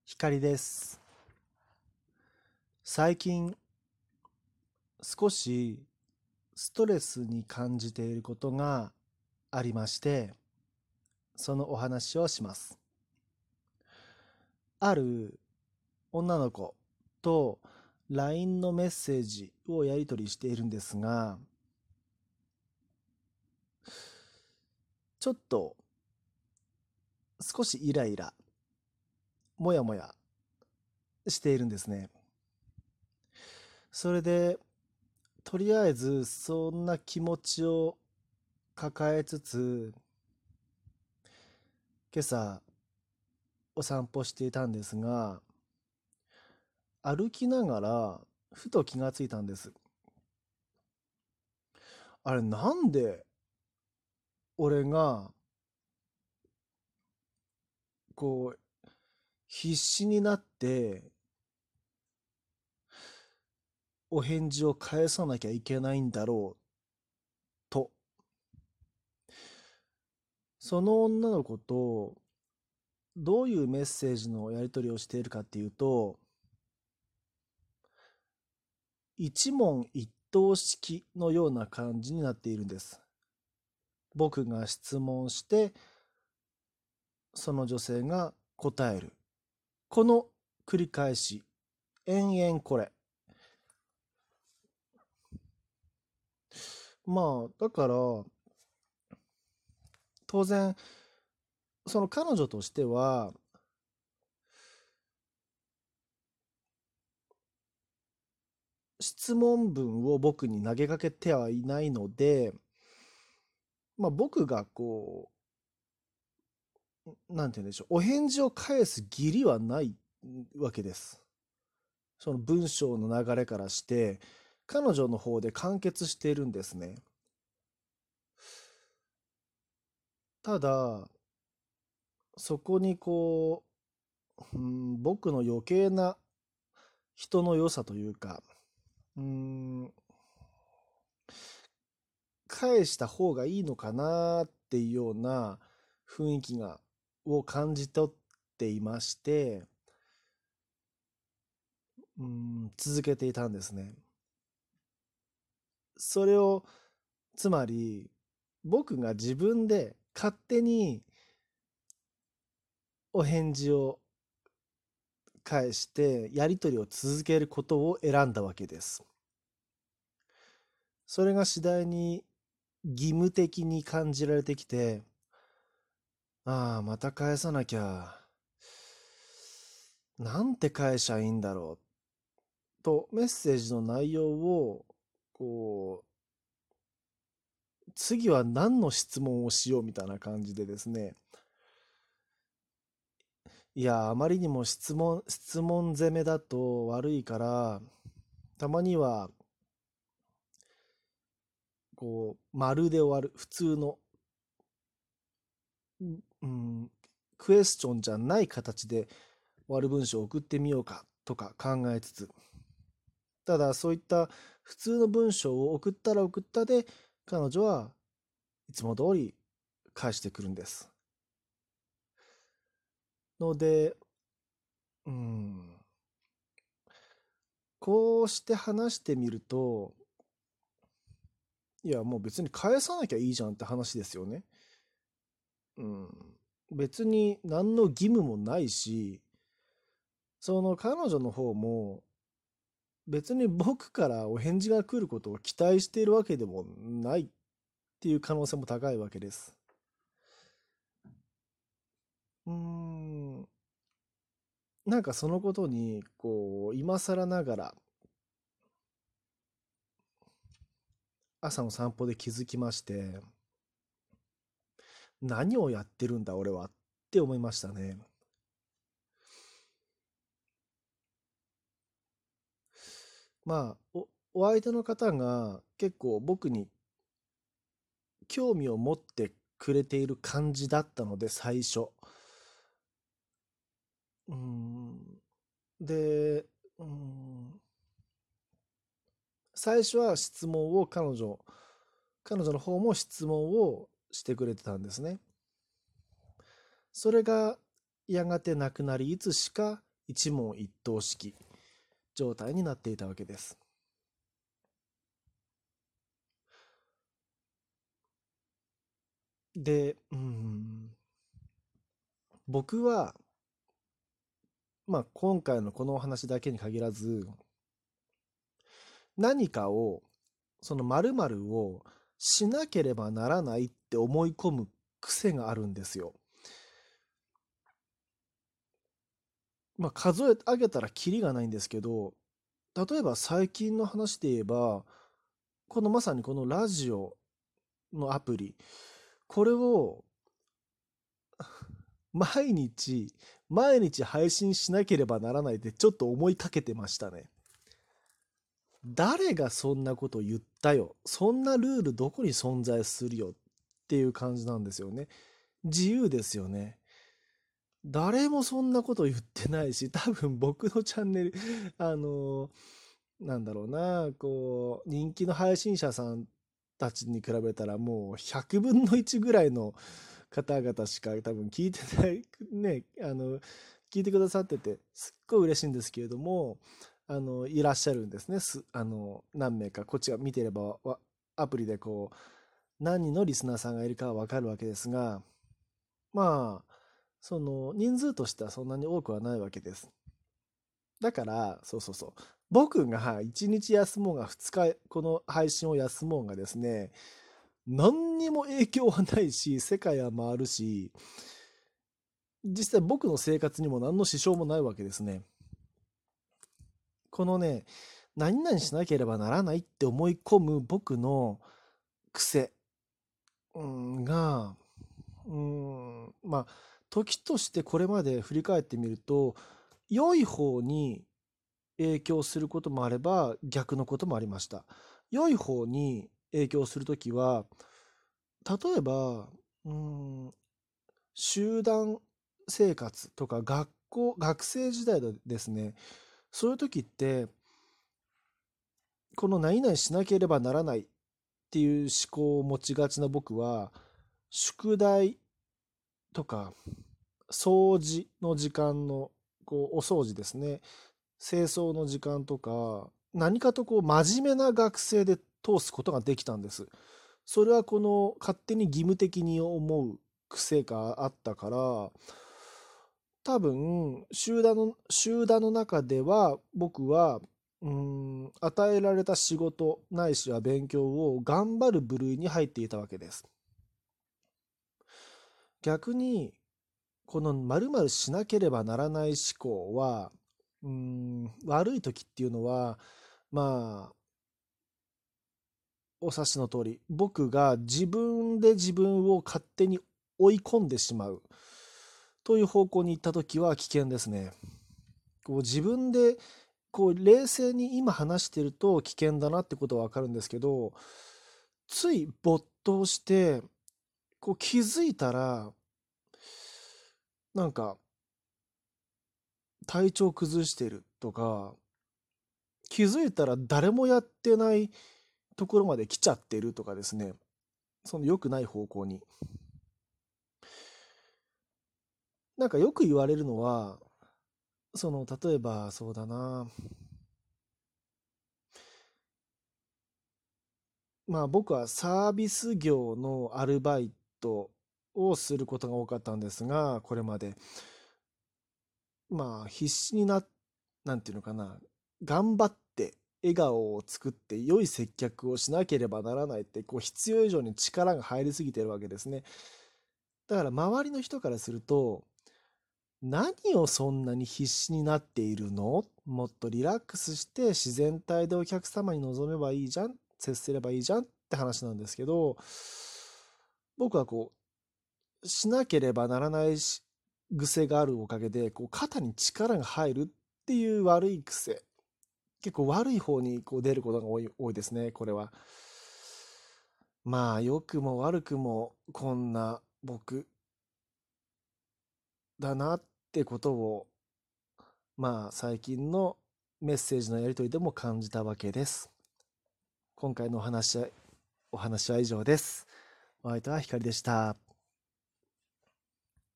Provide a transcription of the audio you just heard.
光です。最近少しストレスに感じていることがありまして、そのお話をします。ある女の子と LINE のメッセージをやり取りしているんですが、ちょっと少しイライラ、もやもやしているんですね。それで、とりあえずそんな気持ちを抱えつつ、今朝お散歩していたんですが、歩きながらふと気がついたんです。あれ、なんで俺がこう必死になってお返事を返さなきゃいけないんだろうと。その女の子とどういうメッセージのやり取りをしているかっていうと、一問一答式のような感じになっているんです。僕が質問して、その女性が答える。この繰り返し、延々これ。まあ、だから、当然、その彼女としては、質問文を僕に投げかけてはいないので、僕がなんて言うんでしょう、お返事を返す義理はないわけです。その文章の流れからして、彼女の方で完結しているんですね。ただ、そこに僕の余計な人の良さというか、うーん、返した方がいいのかなっていうような雰囲気を感じ取っていまして、続けていたんですね。それを、つまり、僕が自分で勝手にお返事を返して、やり取りを続けることを選んだわけです。それが次第に義務的に感じられてきて、ああ、また返さなきゃ。なんて返しゃいいんだろう。と、メッセージの内容を、こ次は何の質問をしようみたいな感じでですね、いや、あまりにも質問攻めだと悪いから、たまには、丸で終わる、普通の、うん、クエスチョンじゃない形で終わる文章を送ってみようかとか考えつつ、ただそういった普通の文章を送ったら送ったで、彼女はいつも通り返してくるんです。ので、うん、こうして話してみると、いや、もう別に返さなきゃいいじゃんって話ですよね。うん。別に何の義務もないし、その彼女の方も別に僕からお返事が来ることを期待しているわけでもないっていう可能性も高いわけです。うーん。なんかそのことに、今更ながら朝の散歩で気づきまして、何をやってるんだ俺はって思いましたね。お相手の方が結構僕に興味を持ってくれている感じだったので、最初。うーん。で、うーん、最初は彼女の方も質問をしてくれてたんですね。それがやがてなくなり、いつしか一問一答式状態になっていたわけです。で、僕は、今回のこのお話だけに限らず、何かを、その〇〇をしなければならないって思い込む癖があるんですよ。数え上げたらキリがないんですけど、例えば最近の話で言えば、まさにこのラジオのアプリ、これを毎日、毎日配信しなければならないってちょっと思いかけてましたね。誰がそんなこと言ったよ。そんなルールどこに存在するよっていう感じなんですよね。自由ですよね。誰もそんなこと言ってないし、多分僕のチャンネル、なんだろうな、人気の配信者さんたちに比べたらもう100分の1ぐらいの方々しか多分聞いてない、ね、聞いてくださってて、すっごい嬉しいんですけれども、いらっしゃるんですね。何名か、こっちが見てればアプリで何人のリスナーさんがいるかはわかるわけですが、その人数としてはそんなに多くはないわけです。だから、そうそうそう。僕が1日休もうが2日この配信を休もうがですね、何にも影響はないし、世界は回るし、実際僕の生活にも何の支障もないわけですね。このね、何々しなければならないって思い込む僕の癖が、時としてこれまで振り返ってみると、良い方に影響することもあれば、逆のこともありました。良い方に影響するときは、例えば、集団生活とか学生時代ですね、そういう時って、この何々しなければならないっていう思考を持ちがちな僕は、宿題とか、掃除の時間の、お掃除ですね。清掃の時間とか、何かと真面目な学生で通すことができたんです。それは勝手に義務的に思う癖があったから、多分、集団の中では、僕は、与えられた仕事ないしは勉強を頑張る部類に入っていたわけです。逆に、この〇〇しなければならない思考は、悪い時っていうのは、まあ、お察しの通り、僕が自分で自分を勝手に追い込んでしまうという方向に行った時は危険ですね。自分で冷静に今話してると危険だなってことはわかるんですけど、つい没頭して気づいたらなんか体調崩してるとか、気づいたら誰もやってないところまで来ちゃってるとかですね、その良くない方向に。なんかよく言われるのは、例えばそうだな、僕はサービス業のアルバイトをすることが多かったんですが、これまで。必死になんていうのかな、頑張って笑顔を作って良い接客をしなければならないって、必要以上に力が入りすぎてるわけですね。だから周りの人からすると、何をそんなに必死になっているの？もっとリラックスして自然体でお客様に臨めばいいじゃん、接すればいいじゃんって話なんですけど、僕はしなければならない癖があるおかげで、肩に力が入るっていう悪い癖。結構悪い方に出ることが多いですね、これは。良くも悪くもこんな僕だなってことを、最近のメッセージのやり取りでも感じたわけです。今回のお話は以上です。お相手はひかりでした。